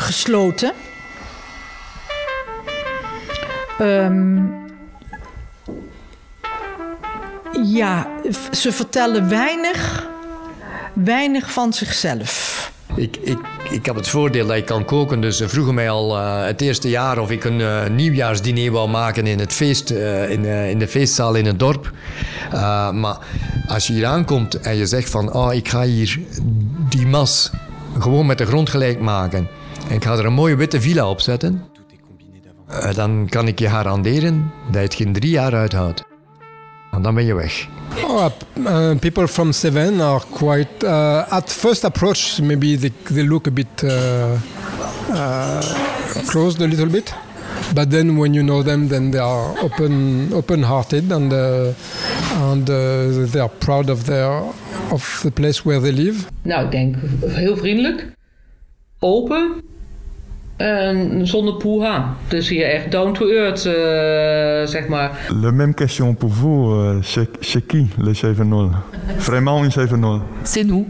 gesloten. Ze vertellen weinig van zichzelf. Ik heb het voordeel dat ik kan koken, dus ze vroegen mij al het eerste jaar of ik een nieuwjaarsdiner wou maken in het feest, in de feestzaal in het dorp. Maar als je hier aankomt en je zegt van, ik ga hier die mas gewoon met de grond gelijk maken en ik ga er een mooie witte villa op zetten, dan kan ik je garanderen dat je het geen 3 jaar uithoudt. En dan ben je weg. People from Seven are quite... at first approach, maybe they look a bit closed a little bit. But then when you know them, then they are open-hearted and they are proud of the place where they live. Nou, ik denk heel vriendelijk, open en zonder poeha. Dus hier echt down to earth, zeg maar. La même question pour vous, c'est qui le 7-0? Vraiment une 7-0? C'est nous.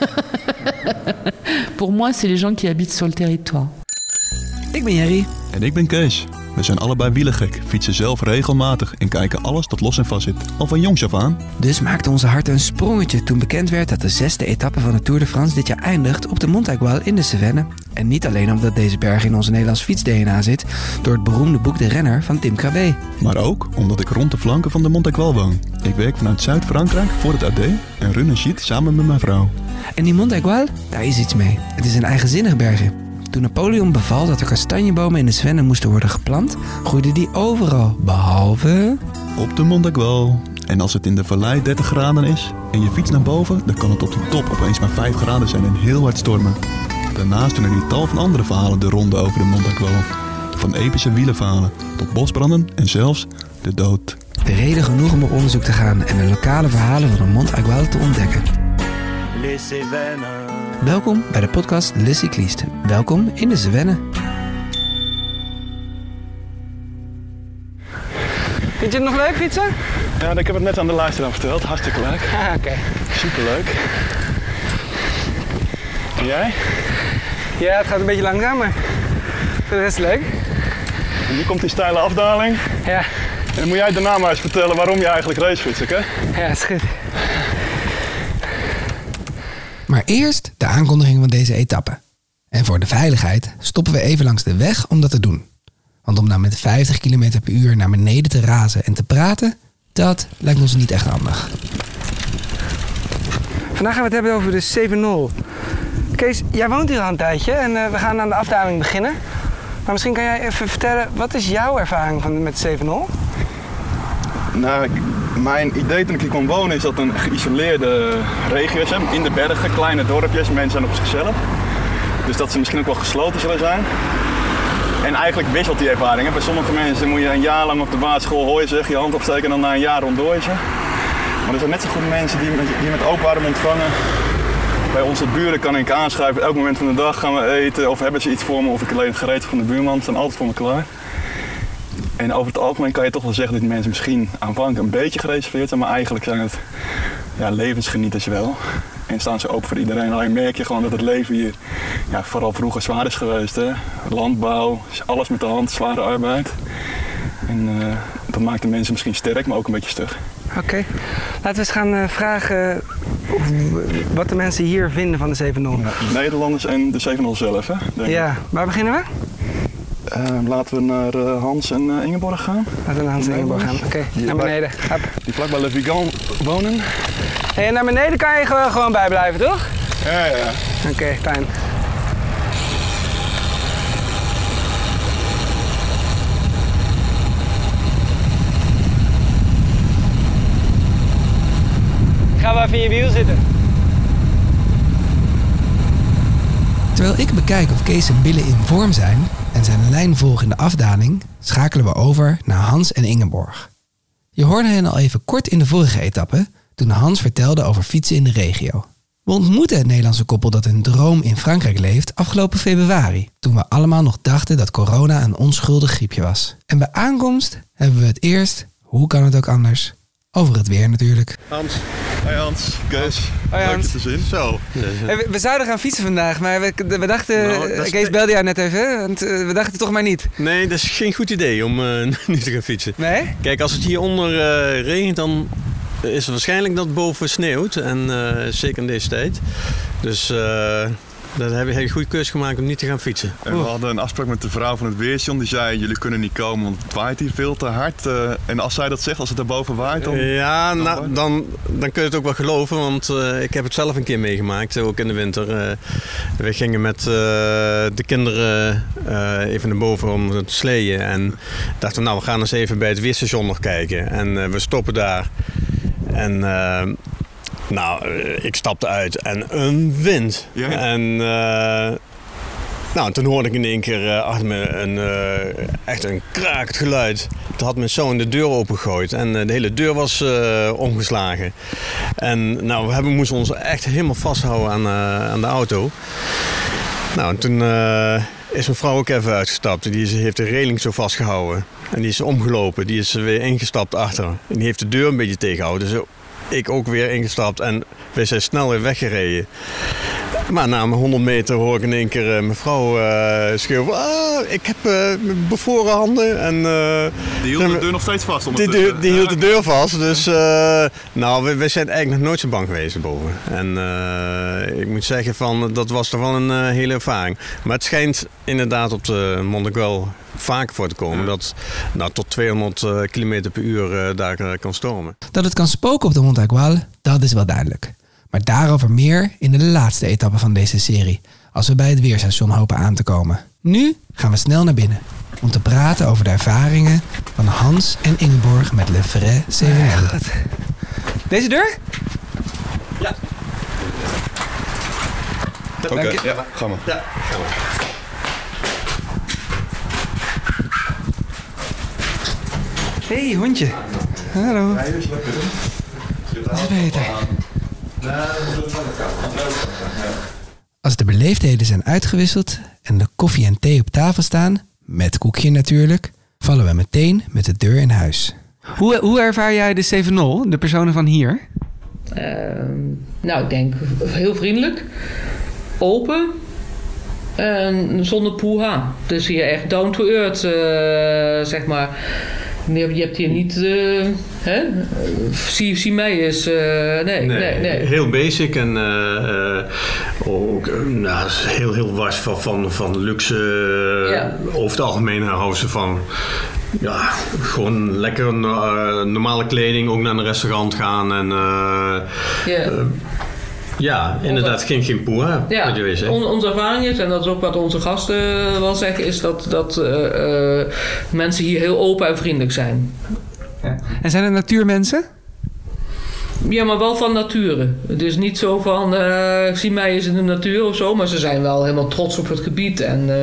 Pour moi, c'est les gens qui habitent sur le territoire. Ik ben Jerry. En ik ben Kees. We zijn allebei wielergek, fietsen zelf regelmatig en kijken alles dat los en vast zit. Al van jongs af aan. Dus maakte onze hart een sprongetje toen bekend werd dat de 6e etappe van de Tour de France dit jaar eindigt op de Mont Aiguille in de Cevennes. En niet alleen omdat deze berg in onze Nederlands fiets-DNA zit, door het beroemde boek De Renner van Tim Krabbe. Maar ook omdat ik rond de flanken van de Mont Aiguille woon. Ik werk vanuit Zuid-Frankrijk voor het AD en run een sheet samen met mijn vrouw. En die Mont Aiguille, daar is iets mee. Het is een eigenzinnig bergje. Toen Napoleon beval dat er kastanjebomen in de Cevennes moesten worden geplant, groeiden die overal, behalve op de Mont Aiguille. En als het in de vallei 30 graden is en je fietst naar boven, dan kan het op de top opeens maar 5 graden zijn en heel hard stormen. Daarnaast doen er die tal van andere verhalen de ronde over de Mont Aiguille. Van epische wielerverhalen tot bosbranden en zelfs de dood. De reden genoeg om op onderzoek te gaan en de lokale verhalen van de Mont Aiguille te ontdekken. Welkom bij de podcast Le Cycliste. Welkom in de Cevennes. Vind je het nog leuk fietsen? Ja, ik heb het net aan de luisteraar verteld. Hartstikke leuk. Oké. Superleuk. En jij? Ja, het gaat een beetje langzaam, maar de rest is leuk. En nu komt die steile afdaling. Ja. En dan moet jij daarna maar eens vertellen waarom je eigenlijk racefietst, hè? Ja, is goed. Maar eerst de aankondiging van deze etappe. En voor de veiligheid stoppen we even langs de weg om dat te doen. Want om nou met 50 km per uur naar beneden te razen en te praten, dat lijkt ons niet echt handig. Vandaag gaan we het hebben over de 7-0. Kees, jij woont hier al een tijdje en we gaan aan de afdaling beginnen. Maar misschien kan jij even vertellen, wat is jouw ervaring met 7-0? Nou, mijn idee toen ik hier kwam wonen is dat een geïsoleerde regio is. In de bergen, kleine dorpjes, mensen zijn op zichzelf. Dus dat ze misschien ook wel gesloten zullen zijn. En eigenlijk wisselt die ervaring. Bij sommige mensen moet je een jaar lang op de basisschool hoor je zeg, je hand opsteken en dan na een jaar ronddooi je. Maar er zijn net zo goed mensen die met open arm ontvangen. Bij onze buren kan ik aanschuiven, elk moment van de dag gaan we eten of hebben ze iets voor me of ik alleen het gereedschap van de buurman. Ze zijn altijd voor me klaar. En over het algemeen kan je toch wel zeggen dat die mensen misschien aanvankelijk een beetje gereserveerd zijn, maar eigenlijk zijn het levensgenieters wel. En staan ze open voor iedereen. Alleen merk je gewoon dat het leven hier vooral vroeger zwaar is geweest. Hè? Landbouw, alles met de hand, zware arbeid. En dat maakt de mensen misschien sterk, maar ook een beetje stug. Oké. Laten we eens gaan vragen wat de mensen hier vinden van de 7-0. Ja, Nederlanders en de 7-0 zelf, hè? Ja, waar beginnen we? Laten we naar Hans en Ingeborg gaan. Laten we naar Hans en Ingeborg gaan. Oké, naar beneden. Die vlak bij Le Vigan wonen. Hey, naar beneden kan je gewoon bij blijven, toch? Ja. Oké, fijn. Ik ga wel even in je wiel zitten. Terwijl ik bekijk of Kees' billen in vorm zijn en zijn lijn volgen in de afdaling, schakelen we over naar Hans en Ingeborg. Je hoorde hen al even kort in de vorige etappe, toen Hans vertelde over fietsen in de regio. We ontmoetten het Nederlandse koppel dat een droom in Frankrijk leeft afgelopen februari, toen we allemaal nog dachten dat corona een onschuldig griepje was. En bij aankomst hebben we het eerst, hoe kan het ook anders, Over het weer natuurlijk. Hans. Hoi Hans. Kees. Hoi Hans. Leuk je te zien. Zo. Hey, we zouden gaan fietsen vandaag, maar we dachten... Kees belde jou net even, want we dachten toch maar niet. Nee, dat is geen goed idee om nu te gaan fietsen. Nee? Kijk, als het hieronder regent, dan is het waarschijnlijk dat het boven sneeuwt. En zeker in deze tijd. Dus... Dan heb je een goede keuze gemaakt om niet te gaan fietsen. En we hadden een afspraak met de vrouw van het weerstation. Die zei, jullie kunnen niet komen, want het waait hier veel te hard. En als zij dat zegt, als het daarboven waait, dan... Ja, dan kun je het ook wel geloven. Want ik heb het zelf een keer meegemaakt, ook in de winter. We gingen met de kinderen even naar boven om te sleeën. En dachten, nou, we gaan eens even bij het weerstation nog kijken. En we stoppen daar. En... Nou, ik stapte uit en een wind. Ja. En toen hoorde ik in één keer achter me echt een krakend geluid. Toen had mijn zoon de deur opengegooid en de hele deur was omgeslagen. En nou, we moesten ons echt helemaal vasthouden aan de auto. Nou, en toen is mijn vrouw ook even uitgestapt. Die heeft de reling zo vastgehouden. En die is omgelopen, die is weer ingestapt achter. En die heeft de deur een beetje tegengehouden. Dus ik ook weer ingestapt en we zijn snel weer weggereden. Maar na 100 meter hoor ik in één keer mijn vrouw schreeuwen. Ik heb bevroren handen. En, die hield de deur nog steeds vast? Die hield de deur vast. Dus we zijn eigenlijk nog nooit zo bang geweest boven. En ik moet zeggen, dat was toch wel een hele ervaring. Maar het schijnt inderdaad op de Montaguel vaak voor te komen dat tot 200 km per uur daar kan stormen. Dat het kan spoken op de Montaguel, dat is wel duidelijk. Maar daarover meer in de laatste etappe van deze serie, als we bij het weerstation hopen aan te komen. Nu gaan we snel naar binnen om te praten over de ervaringen van Hans en Ingeborg met Le Vrai 700. Deze deur? Ja. Oké, ja, ga maar. Ja, ga maar. Hey, hondje. Hallo. Dat is beter. Als de beleefdheden zijn uitgewisseld en de koffie en thee op tafel staan, met koekje natuurlijk, vallen we meteen met de deur in huis. Hoe ervaar jij de 7-0, de personen van hier? Ik denk heel vriendelijk, open en zonder poeha. Dus hier echt down to earth, zeg maar. Je hebt hier niet, zie mij eens, nee. Heel basic en ook heel wars van luxe. Ja. Over het algemeen houden ze van gewoon lekker normale kleding, ook naar een restaurant gaan en inderdaad geen poeha. Ja, onze ervaring is, en dat is ook wat onze gasten wel zeggen, is dat mensen hier heel open en vriendelijk zijn. Ja. En zijn het natuurmensen? Ja, maar wel van nature. Het is niet zo van, zie mij eens in de natuur of zo, maar ze zijn wel helemaal trots op het gebied.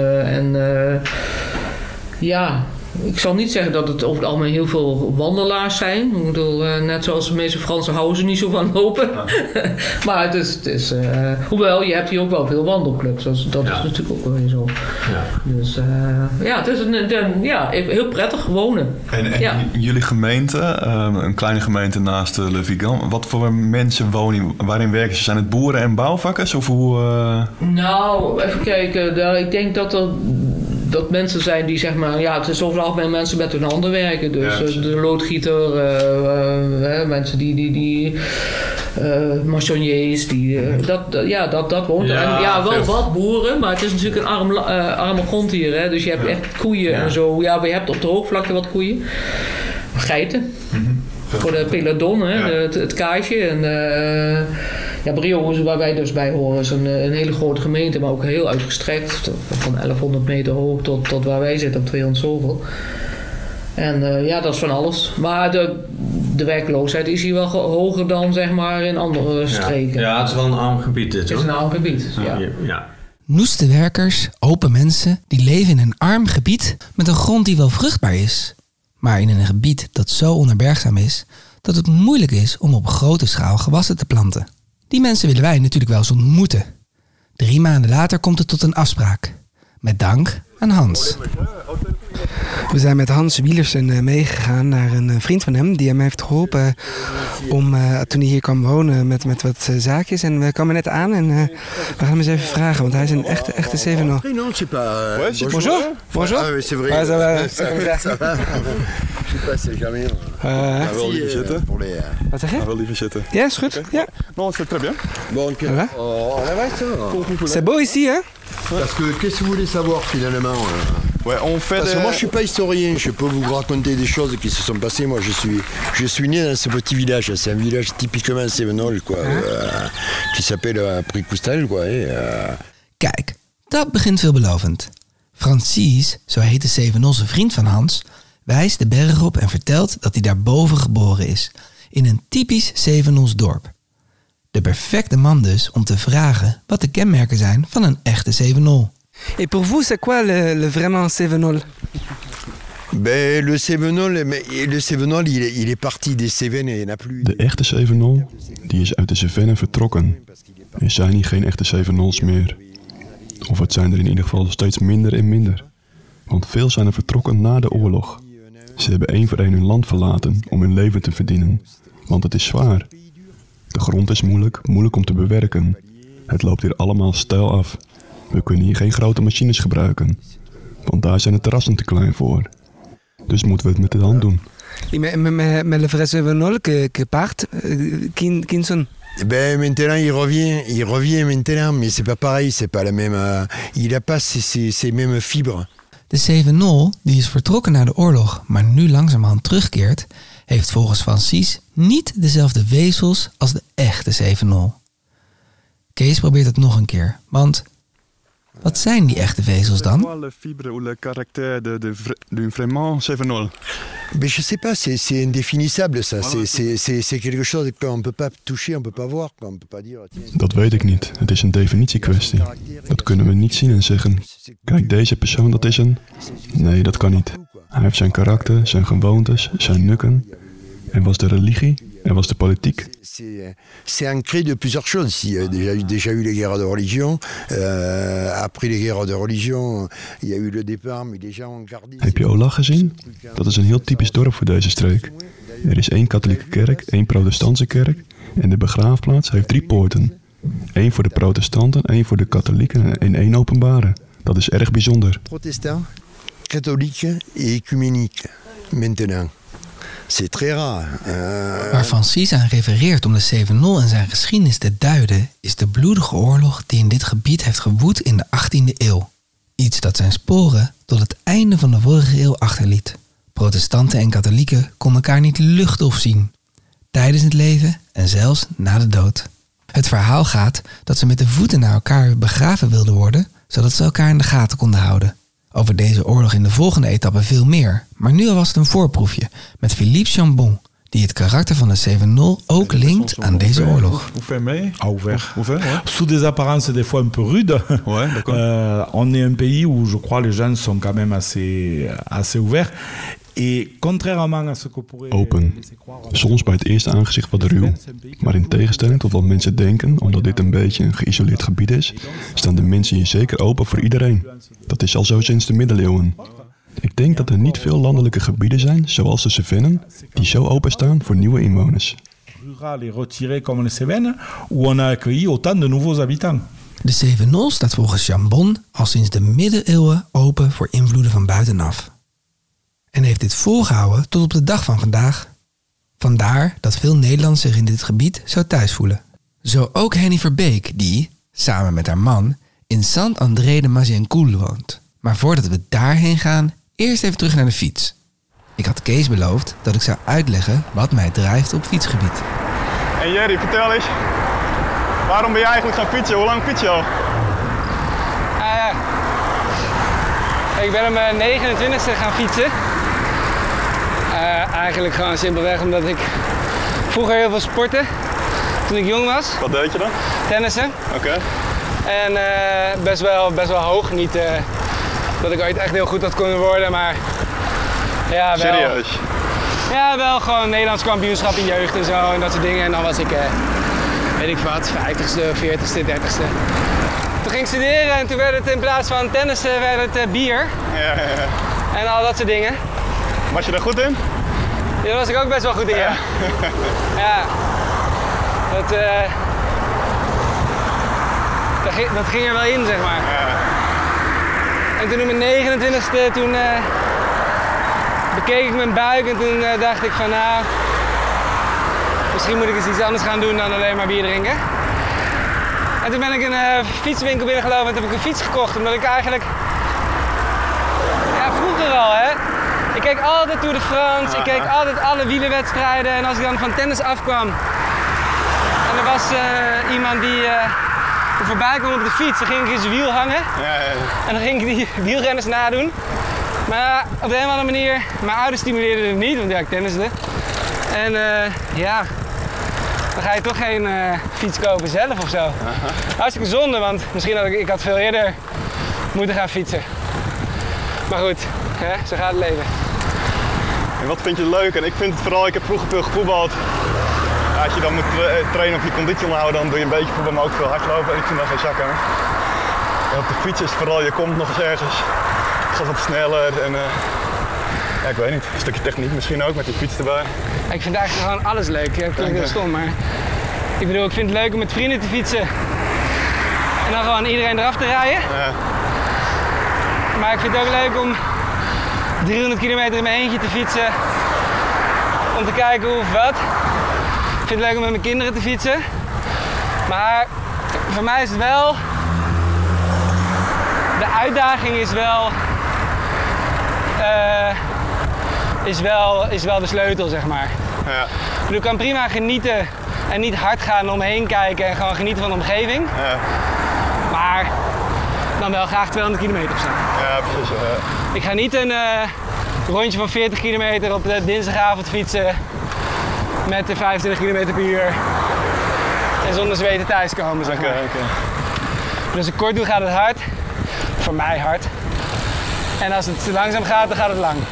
Ik zal niet zeggen dat het over het algemeen heel veel wandelaars zijn. Ik bedoel, net zoals de meeste Fransen houden ze niet zo van lopen. Ja. Maar het is hoewel, je hebt hier ook wel veel wandelclubs. Dus dat is natuurlijk ook wel weer zo. Ja. Dus het is heel prettig wonen. En jullie gemeente, een kleine gemeente naast Le Vigan. Wat voor mensen wonen, waarin werken ze? Zijn het boeren en bouwvakkers? Of hoe? Nou, even kijken. Ik denk dat mensen zijn die zeg maar, het is overal bij mensen met hun handen werken. Dus de loodgieter, mensen die maçonniers, dat woont er. En wel wat boeren, maar het is natuurlijk een arme grond hier. Hè? Dus je hebt echt koeien en zo. Ja, je hebt op de hoogvlakte wat koeien. Geiten. Mm-hmm. Voor de peladon, het kaasje. En Brio, waar wij dus bij horen, is een hele grote gemeente, maar ook heel uitgestrekt. Van 1100 meter hoog tot waar wij zitten, op 200 zoveel. En dat is van alles. Maar de werkloosheid is hier wel hoger dan zeg maar in andere streken. Ja, het is wel een arm gebied dit. Het is een arm gebied, ja. Noeste werkers, open mensen, die leven in een arm gebied met een grond die wel vruchtbaar is. Maar in een gebied dat zo onherbergzaam is, dat het moeilijk is om op grote schaal gewassen te planten. Die mensen willen wij natuurlijk wel eens ontmoeten. 3 maanden later komt het tot een afspraak. Met dank aan Hans. We zijn met Hans Wielersen meegegaan naar een vriend van hem die hem heeft geholpen om toen hij hier kwam wonen met wat zaakjes. En we kwamen net aan en we gaan hem eens even vragen, want hij is een echte 7-0. Bonjour. Bonjour. Ah, c'est vrai. Ah, ça va. Ça va. Je sais pas, c'est jamais. Hij wil liever zitten. Wat zeg je? Hij wil liever zitten. Ja, is goed. Ja. Non, c'est très bien. Bon, ok. Voilà. Oh, la vache, C'est beau ici, hein? Parce que qu'est-ce que vous voulez savoir finalement Ouais, on fait Parce que moi je suis pas historien, je peux vous raconter des choses qui se sont passées. Moi je suis né dans ce petit village, c'est un village typiquement Sévenol quoi, qui s'appelle Pricoustal quoi. Kijk, dat begint veelbelovend. Francis, zo heet de Sevenols vriend van Hans, wijst de berg op en vertelt dat hij daarboven geboren is, in een typisch Sevenols dorp. De perfecte man dus om te vragen wat de kenmerken zijn van een echte Sevenol. Et pour vous, c'est quoi le vraiment Sévenol? Ben, le Sévenol, il est parti des Cévennes et il n'a plus. De echte Sevenol, die is uit de Cevennen vertrokken. Er zijn hier geen echte Sevenols meer. Of het zijn er in ieder geval steeds minder en minder. Want veel zijn er vertrokken na de oorlog. Ze hebben één voor één hun land verlaten om hun leven te verdienen. Want het is zwaar. De grond is moeilijk om te bewerken. Het loopt hier allemaal steil af. We kunnen hier geen grote machines gebruiken. Want daar zijn de terrassen te klein voor. Dus moeten we het met de hand doen. Mais le vrai Sévenol que part, qui sont? Ben maintenant il revient maintenant, mais c'est pas pareil, c'est pas la même. Il a pas ces mêmes fibres. De Sevenol, die is vertrokken na de oorlog, maar nu langzamerhand terugkeert, heeft volgens Francis niet dezelfde vezels als de echte Sevenol. Kees probeert het nog een keer, want wat zijn die echte vezels dan? Le fibre ou le caractère d'un vraiment Sévenol. Ben je sais pas, c'est indéfinissable ça. C'est quelque chose qu'on peut pas toucher, on peut pas voir, on peut pas dire. Dat weet ik niet. Het is een definitiekwestie. Dat kunnen we niet zien en zeggen. Kijk, deze persoon, dat is een... Nee, dat kan niet. Hij heeft zijn karakter, zijn gewoontes, zijn nukken. Er was de religie, er was de politiek. C'est ancré de plusieurs choses ici. Déjà eu les guerres de religion. Après les guerres de religion, il y a eu le départ, mais les gens ont gardé. Heb je Olag gezien? Dat is een heel typisch dorp voor deze streek. Er is 1 katholieke kerk, 1 protestantse kerk en de begraafplaats heeft 3 poorten. 1 voor de protestanten, 1 voor de katholieken en 1 openbare. Dat is erg bijzonder. Protestant, katholieke et œcuménique. Maintenant. C'est très rare. Waar Francis aan refereert om de Sevenol en zijn geschiedenis te duiden, is de bloedige oorlog die in dit gebied heeft gewoed in de 18e eeuw. Iets dat zijn sporen tot het einde van de vorige eeuw achterliet. Protestanten en katholieken konden elkaar niet luchtig zien. Tijdens het leven en zelfs na de dood. Het verhaal gaat dat ze met de voeten naar elkaar begraven wilden worden, zodat ze elkaar in de gaten konden houden. Over deze oorlog in de volgende etappe veel meer, maar nu al was het een voorproefje met Philippe Chambon, die het karakter van de Sevenol ook linkt aan deze oorlog. Ouvert. Sous des apparences des fois un peu rudes. Ouais, d'accord. On est un pays où je crois les gens sont quand même assez ouverts. Open. Soms bij het eerste aangezicht wat ruw. Maar in tegenstelling tot wat mensen denken, omdat dit een beetje een geïsoleerd gebied is, staan de mensen hier zeker open voor iedereen. Dat is al zo sinds de middeleeuwen. Ik denk dat er niet veel landelijke gebieden zijn, zoals de Cevennen, die zo openstaan voor nieuwe inwoners. De Sevenol staat volgens Chambon al sinds de middeleeuwen open voor invloeden van buitenaf. En heeft dit volgehouden tot op de dag van vandaag. Vandaar dat veel Nederlanders zich in dit gebied zo thuis voelen. Zo ook Henny Verbeek, die, samen met haar man, in Saint-André-de-Maziencoul woont. Maar voordat we daarheen gaan, eerst even terug naar de fiets. Ik had Kees beloofd dat ik zou uitleggen wat mij drijft op fietsgebied. En Jerry, vertel eens. Waarom ben je eigenlijk gaan fietsen? Hoe lang fiets je al? Ik ben op mijn 29e gaan fietsen. Eigenlijk gewoon simpelweg omdat ik vroeger heel veel sportte toen ik jong was. Wat deed je dan? Tennissen. Oké. En best wel hoog. Niet dat ik ooit echt heel goed had kunnen worden, maar ja, wel. Serieus? Ja, wel gewoon Nederlands kampioenschap in jeugd en zo en dat soort dingen. En dan was ik, weet ik wat, 50ste, 40ste, 30ste. Toen ging ik studeren en toen werd het in plaats van tennissen werd het bier. Ja. En al dat soort dingen. Was je daar goed in? Ja, daar was ik ook best wel goed in, ja. Ja. Dat ging er wel in, zeg maar. Ja. En toen op mijn 29e, toen bekeek ik mijn buik en toen dacht ik van nou, misschien moet ik eens iets anders gaan doen dan alleen maar bier drinken. En toen ben ik een fietswinkel binnengelopen en toen heb ik een fiets gekocht, omdat ik eigenlijk, ja vroeger al hè, ik keek altijd Tour de France, ik keek altijd alle wielerwedstrijden en als ik dan van tennis afkwam en er was iemand die er voorbij kwam op de fiets, dan ging ik in zijn wiel hangen en dan ging ik die wielrenners nadoen. Maar op de een of andere manier, mijn ouders stimuleerden het niet, want ja, ik tenniste. En ja, dan ga je toch geen fiets kopen zelf of zo. Hartstikke zonde, want misschien had ik had veel eerder moeten gaan fietsen. Maar goed, hè, zo gaat het leven. En wat vind je leuk? En ik vind het vooral, ik heb vroeger veel gevoetbald. Ja, als je dan moet trainen of je conditie onderhouden, dan doe je een beetje voetbal, maar ook veel hardlopen. En ik vind dat geen zak aan. En op de fiets is vooral, je komt nog eens ergens. Het gaat wat sneller en ja, ik weet niet, een stukje techniek misschien ook met die fiets erbij. Ik vind eigenlijk gewoon alles leuk. Ja, dat klinkt heel stom, maar ik bedoel, ik vind het leuk om met vrienden te fietsen en dan gewoon iedereen eraf te rijden. Ja. Maar ik vind het ook leuk om 300 kilometer in mijn eentje te fietsen om te kijken hoe of wat. Ik vind het leuk om met mijn kinderen te fietsen. Maar voor mij is het wel, de uitdaging is wel de sleutel, zeg maar. Ja. Ik bedoel, ik kan prima genieten en niet hard gaan omheen kijken en gewoon genieten van de omgeving. Ja. Maar dan wel graag 200 kilometer of zo. Ja, precies. Ja. Ik ga niet een rondje van 40 kilometer op de dinsdagavond fietsen met de 25 kilometer per uur en zonder zweten thuiskomen, zeg maar. Okay. Dus als ik kort doe gaat het hard, voor mij hard. En als het langzaam gaat, dan gaat het lang.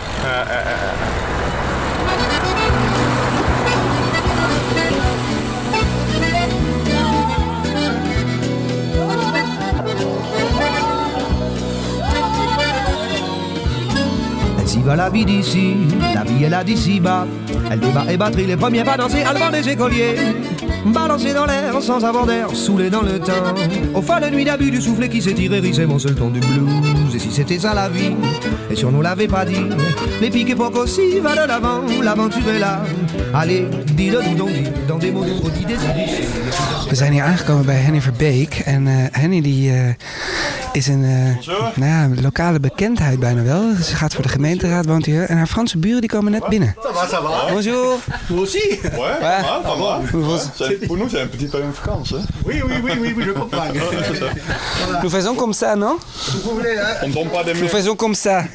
Ainsi va la vie d'ici, la vie est là d'ici-bas. Elle débat et batterie, les premiers pas danser, allemand des écoliers. Balancé dans l'air, sans avoir d'air, saoulé dans le temps. Aux folles nuits d'abus du soufflet qui s'est tiré, c'est mon seul ton du blues. Et si c'était ça la vie, et si on nous l'avait pas dit, les piques époques aussi, va de l'avant, l'aventure est là. Allez, dis-le donc, dans des mots d'autres dit des. We zijn hier aangekomen bij Henny Verbeek. En Henny die is een nou ja, lokale bekendheid bijna wel. Ze gaat voor de gemeenteraad, woont hier. En haar Franse buren die komen net binnen. Bonjour. Vous aussi? Ouais, pas mal. Pour nous, c'est un petit peu une vacances. Oui, je comprends. Nous faisons comme ça, non? Nous faisons comme ça.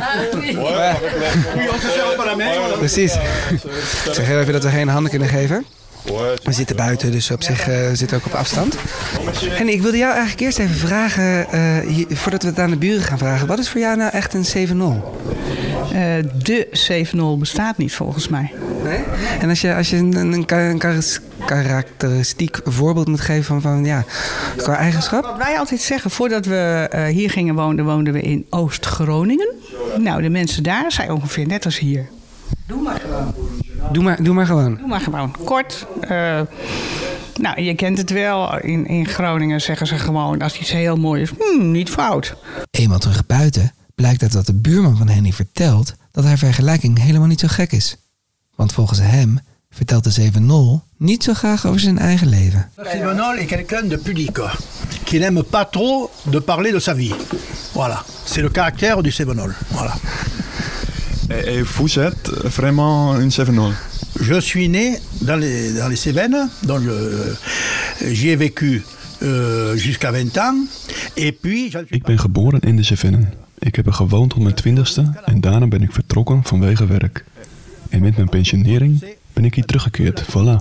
Precies. Ik zeg heel even dat we geen handen kunnen geven. We zitten buiten, dus op zich zitten ook op afstand. En ik wilde jou eigenlijk eerst even vragen, voordat we het aan de buren gaan vragen. Wat is voor jou nou echt een 7-0? De 7-0 bestaat niet volgens mij. Nee? En als je een karakteristiek voorbeeld moet geven van ja, qua eigenschap? Wat wij altijd zeggen, voordat we hier gingen wonen, woonden we in Oost-Groningen. Nou, de mensen daar zijn ongeveer net als hier. Doe maar gewoon. Doe maar gewoon. Doe maar gewoon. Kort. Nou, je kent het wel. In Groningen zeggen ze gewoon, als iets heel mooi is, niet fout. Eenmaal terug buiten blijkt uit dat de buurman van Henny vertelt dat haar vergelijking helemaal niet zo gek is. Want volgens hem vertelt de 7-0 niet zo graag over zijn eigen leven. 7-0 est quelqu'un de pudique, qui n'aime pas trop de parler de sa vie. Voilà, c'est le caractère du 7-0. Voilà. Et vous êtes vraiment une 7-0? Je suis né dans les Cévennes, donc j'y ai vécu jusqu'à 20 ans. Et puis, ik ben geboren in de Cevennen. Ik heb er gewoond tot mijn 20ste en daarna ben ik vertrokken vanwege werk. En met mijn pensionering ben ik hier teruggekeerd, voilà.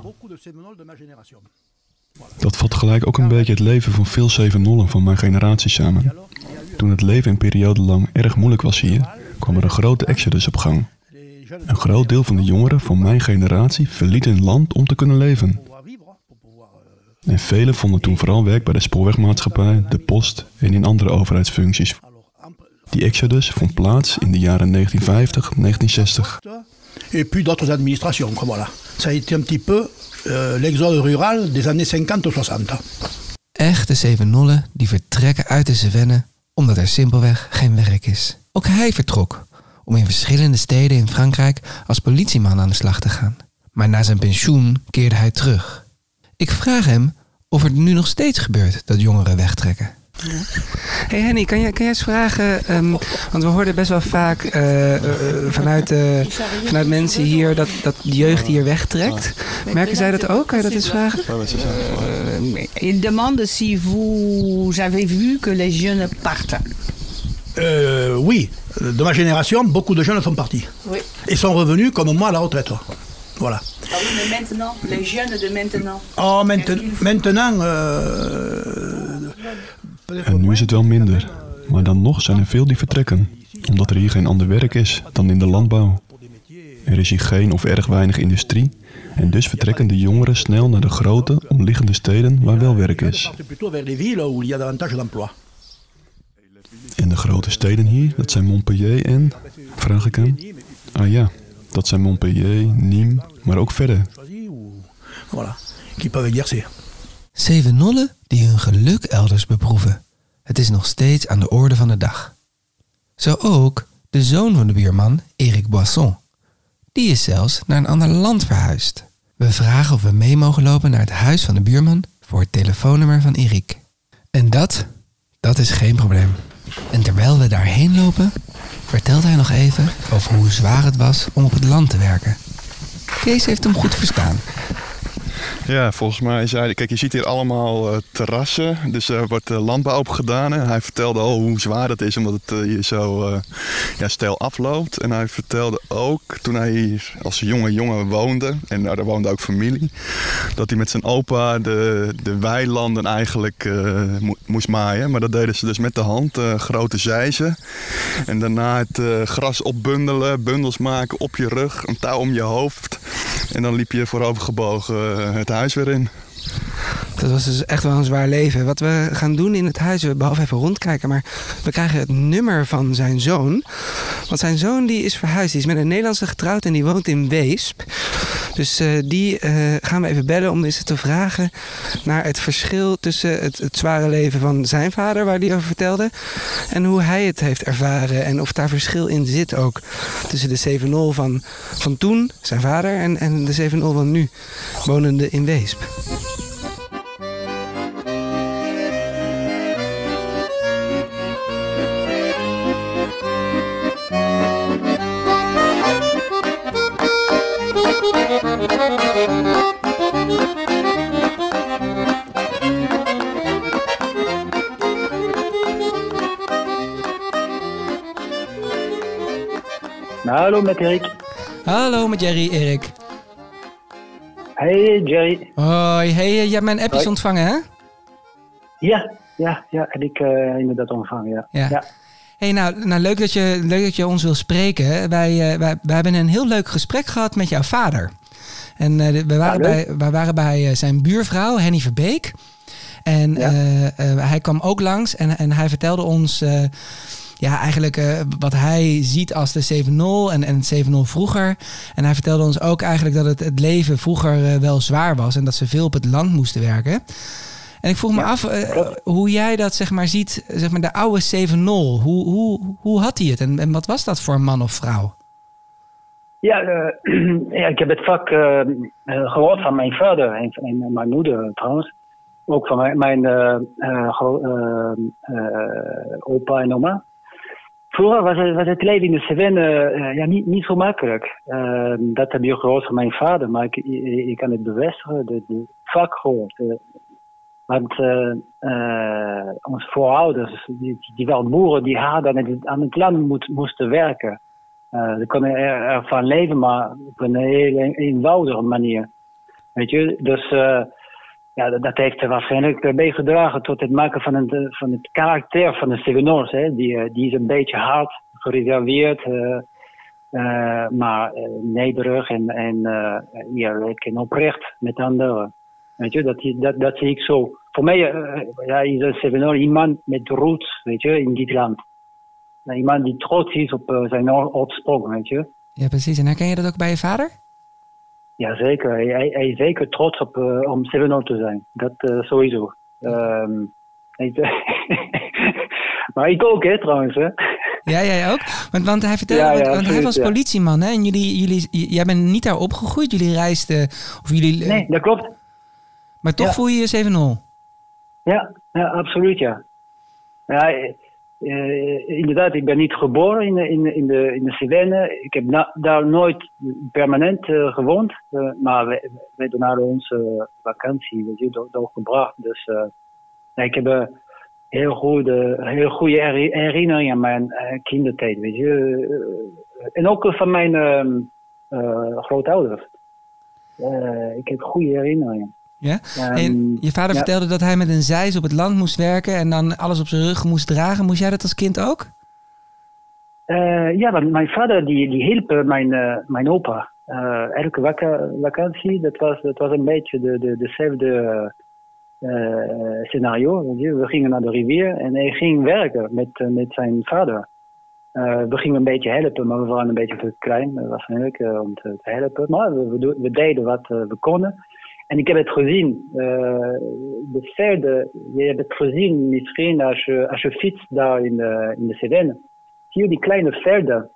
Dat vat gelijk ook een beetje het leven van veel 7-0'en van mijn generatie samen. Toen het leven een periode lang erg moeilijk was hier, kwam er een grote exodus op gang. Een groot deel van de jongeren van mijn generatie verliet hun land om te kunnen leven. En velen vonden toen vooral werk bij de spoorwegmaatschappij, de post en in andere overheidsfuncties. Die exodus vond plaats in de jaren 1950, 1960. Et puis d'autres administrations, voilà. Ça a été un petit peu l'exode rural des années 50-60. Echte Zevenollen die vertrekken uit de Cevennen omdat er simpelweg geen werk is. Ook hij vertrok om in verschillende steden in Frankrijk als politieman aan de slag te gaan. Maar na zijn pensioen keerde hij terug. Ik vraag hem of het nu nog steeds gebeurt dat jongeren wegtrekken. Hey Henny, kan jij eens vragen, want we hoorden best wel vaak vanuit mensen hier dat de jeugd hier wegtrekt. Merken zij dat ook? Kan je dat eens vragen? Il demande si vous avez vu que les jeunes partent. Oui, de ma génération, beaucoup de jeunes sont partis. Oui. Et sont revenus comme moi à la retraite. Voilà. Ah oui, mais maintenant, les jeunes de maintenant. Oh, maintenant En nu is het wel minder. Maar dan nog zijn er veel die vertrekken. Omdat er hier geen ander werk is dan in de landbouw. Er is hier geen of erg weinig industrie. En dus vertrekken de jongeren snel naar de grote, omliggende steden waar wel werk is. En de grote steden hier, dat zijn Montpellier en... Vraag ik hem. Ah ja, dat zijn Montpellier, Nîmes, maar ook verder. Zevenollen die hun geluk elders beproeven. Het is nog steeds aan de orde van de dag. Zo ook de zoon van de buurman, Eric Boisson. Die is zelfs naar een ander land verhuisd. We vragen of we mee mogen lopen naar het huis van de buurman voor het telefoonnummer van Eric. En dat is geen probleem. En terwijl we daarheen lopen, vertelt hij nog even over hoe zwaar het was om op het land te werken. Kees heeft hem goed verstaan. Ja, volgens mij zei hij... Kijk, je ziet hier allemaal terrassen. Dus er wordt landbouw op gedaan. En hij vertelde al hoe zwaar dat is, omdat het hier zo steil afloopt. En hij vertelde ook, toen hij hier als jonge jongen woonde... en daar woonde ook familie... dat hij met zijn opa de weilanden eigenlijk moest maaien. Maar dat deden ze dus met de hand, grote zeizen. En daarna het gras opbundelen, bundels maken op je rug, een touw om je hoofd. En dan liep je voorovergebogen het huis weer in. Dat was dus echt wel een zwaar leven. Wat we gaan doen in het huis, we behalve even rondkijken, maar we krijgen het nummer van zijn zoon. Want zijn zoon die is verhuisd, die is met een Nederlandse getrouwd en die woont in Weesp. Dus die gaan we even bellen om eens te vragen naar het verschil tussen het zware leven van zijn vader, waar hij over vertelde, en hoe hij het heeft ervaren en of daar verschil in zit ook. Tussen de 7-0 van toen, zijn vader, en de 7-0 van nu, wonende in Weesp. Hallo met Erik. Hallo met Jerry, Erik. Hey Jerry. Hoi, hey, jij hebt mijn appjes ontvangen, hè? Ja, heb ik inderdaad ontvangen, ja. Hey, nou leuk dat je ons wil spreken. Wij hebben een heel leuk gesprek gehad met jouw vader. En we waren bij zijn buurvrouw, Henny Verbeek. En hij kwam ook langs en hij vertelde ons eigenlijk wat hij ziet als de 7-0 en het 7-0 vroeger. En hij vertelde ons ook eigenlijk dat het leven vroeger wel zwaar was en dat ze veel op het land moesten werken. En ik vroeg me af hoe jij dat zeg maar ziet, zeg maar de oude 7-0. Hoe had hij het en wat was dat voor een man of vrouw? Ja, ik heb het vaak gehoord van mijn vader en mijn moeder trouwens. Ook van mijn opa en oma. Vroeger was het leven in de Cevennen niet zo makkelijk. Dat heb je gehoord van mijn vader, maar ik kan het bevestigen. Vaak gehoord. Want onze voorouders, die waren boeren, die hadden aan het land moesten werken. Ze konden ervan leven, maar op een heel eenvoudige manier. Weet je, dus dat heeft er waarschijnlijk bijgedragen tot het maken van het karakter van de Cevennols. Die is een beetje hard, gereserveerd, maar nederig en eerlijk en oprecht met anderen. Weet je, dat zie ik zo. Voor mij is een Cevenol iemand met roots, weet je, in dit land. iemand die trots is op zijn oorsprong, weet je. Ja, precies. En herken je dat ook bij je vader? Jazeker. Hij is zeker trots om 7-0 te zijn. Dat sowieso. Maar ik ook, hè, trouwens. Hè. Ja, jij ook? Want hij vertelde, want hij was politieman, hè? En jij bent niet daar opgegroeid. Jullie reisden... Of jullie, nee, dat klopt. Maar toch voel je je 7-0? Ja, absoluut, ja. Inderdaad, ik ben niet geboren in de Cevennen. Ik heb daar nooit permanent gewoond. Maar wij doen naar onze vakantie, weet je, doorgebracht. Dus ik heb heel goede herinneringen aan mijn kindertijd, weet je. En ook van mijn grootouders. Ik heb goede herinneringen. Ja? En je vader vertelde dat hij met een zeis op het land moest werken en dan alles op zijn rug moest dragen. Moest jij dat als kind ook? Ja, want mijn vader die hielp mijn opa. Elke vakantie, dat was een beetje dezelfde scenario. We gingen naar de rivier en hij ging werken met zijn vader. We gingen een beetje helpen, maar we waren een beetje te klein waarschijnlijk om te helpen. Maar we deden wat we konden. En ik heb het gezien. De velden, je hebt het gezien misschien als je fietst daar in de Cevennen. Zie je die kleine velden.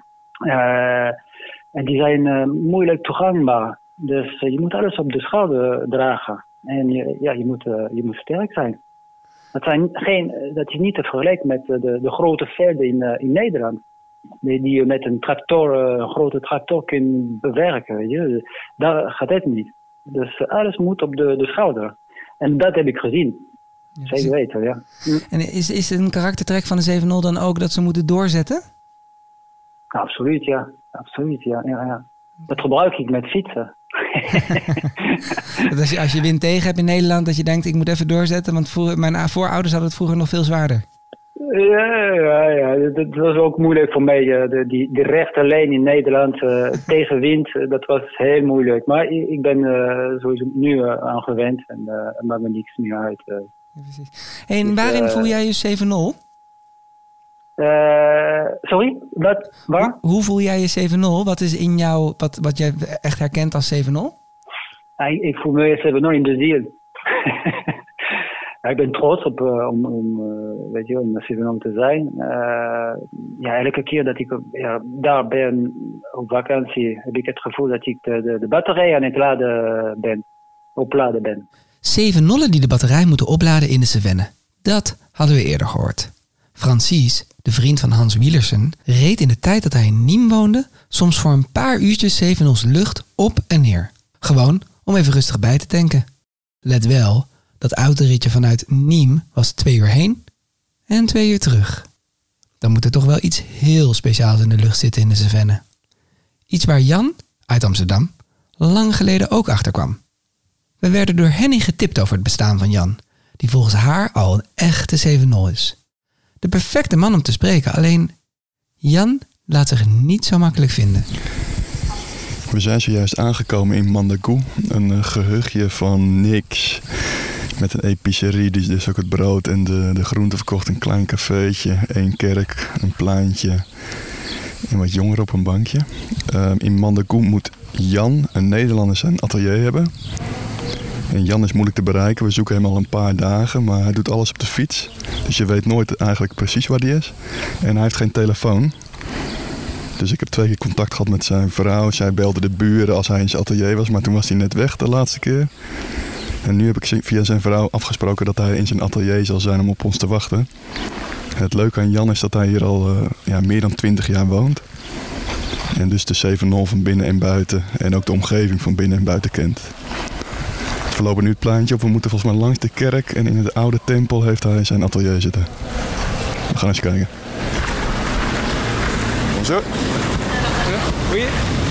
En die zijn moeilijk toegankbaar. Dus je moet alles op de schouder dragen. En je moet sterk zijn. Dat is niet te vergelijken met de grote velden in Nederland. Die je met een grote tractor kunt bewerken. Weet je. Daar gaat het niet. Dus alles moet op de schouder. En dat heb ik gezien. Zeker weten, ja. En is een karaktertrek van de 7-0 dan ook dat ze moeten doorzetten? Absoluut, ja. Absoluut, ja. Dat gebruik ik met fietsen. Dat als je wind tegen hebt in Nederland, dat je denkt, ik moet even doorzetten, want mijn voorouders hadden het vroeger nog veel zwaarder. Ja. Dat was ook moeilijk voor mij. Die rechte lijn in Nederland tegen wind, dat was heel moeilijk. Maar ik ben sowieso nu aan gewend en maakt me niks meer uit. Ja, precies. En waarin voel jij je 7-0? Sorry? Waar? Hoe voel jij je 7-0? Wat is in jou, wat jij echt herkent als 7-0? Ik voel me 7-0 in de ziel. Ik ben trots om 7-0 te zijn. Elke keer dat ik daar ben op vakantie, heb ik het gevoel dat ik de batterij aan het opladen ben. 7-0'en die de batterij moeten opladen in de Cevennen. Dat hadden we eerder gehoord. Francis, de vriend van Hans Wielersen, reed in de tijd dat hij in Nîmes woonde soms voor een paar uurtjes 7-0's lucht op en neer. Gewoon om even rustig bij te tanken. Let wel, dat autoritje vanuit Nîmes was 2 uur heen en 2 uur terug. Dan moet er toch wel iets heel speciaals in de lucht zitten in de Cevennen. Iets waar Jan, uit Amsterdam, lang geleden ook achter kwam. We werden door Henny getipt over het bestaan van Jan, die volgens haar al een echte 7-0 is. De perfecte man om te spreken, alleen Jan laat zich niet zo makkelijk vinden. We zijn zojuist aangekomen in Mandagou, een gehuchtje van niks. Met een epicerie die dus ook het brood en de groenten verkocht. Een klein cafeetje, 1 kerk, een pleintje en wat jongeren op een bankje. In Mandagou moet Jan, een Nederlander, zijn atelier hebben. En Jan is moeilijk te bereiken. We zoeken hem al een paar dagen, maar hij doet alles op de fiets. Dus je weet nooit eigenlijk precies waar hij is. En hij heeft geen telefoon. Dus ik heb 2 keer contact gehad met zijn vrouw. Zij belde de buren als hij in zijn atelier was, maar toen was hij net weg de laatste keer. En nu heb ik via zijn vrouw afgesproken dat hij in zijn atelier zal zijn om op ons te wachten. Het leuke aan Jan is dat hij hier al meer dan 20 jaar woont. En dus de 7-0 van binnen en buiten en ook de omgeving van binnen en buiten kent. We lopen nu het pleintje op. We moeten volgens mij langs de kerk en in de oude tempel heeft hij zijn atelier zitten. We gaan eens kijken. Bonjour. Goeie.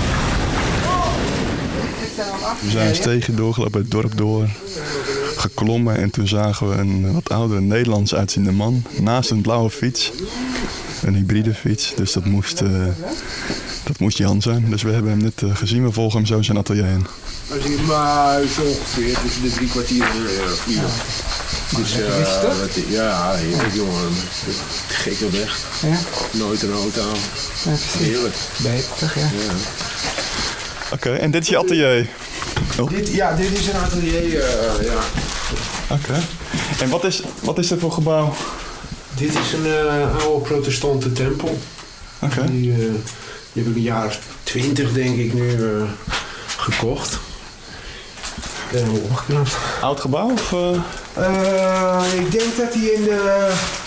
We zijn een steegje doorgelopen, het dorp door, geklommen en toen zagen we een wat oudere Nederlands uitziende man naast een blauwe fiets. Een hybride fiets, dus dat moest Jan zijn. Dus we hebben hem net gezien, we volgen hem zo in zijn atelier in. Maar zo ongeveer tussen de 3 kwartier vliegen. Dus ja, heerlijk jongen. Gek op weg. Ja. Nooit een auto. Ja, heerlijk. Beter, ja. Oké, en dit is je atelier? Oh. Dit is een atelier, ja. Oké. En wat is dat voor gebouw? Dit is een oude protestante tempel. Oké. Die heb ik een jaar of 20 denk ik nu gekocht. Opgeknapt. Oud gebouw? Of, ik denk dat hij in de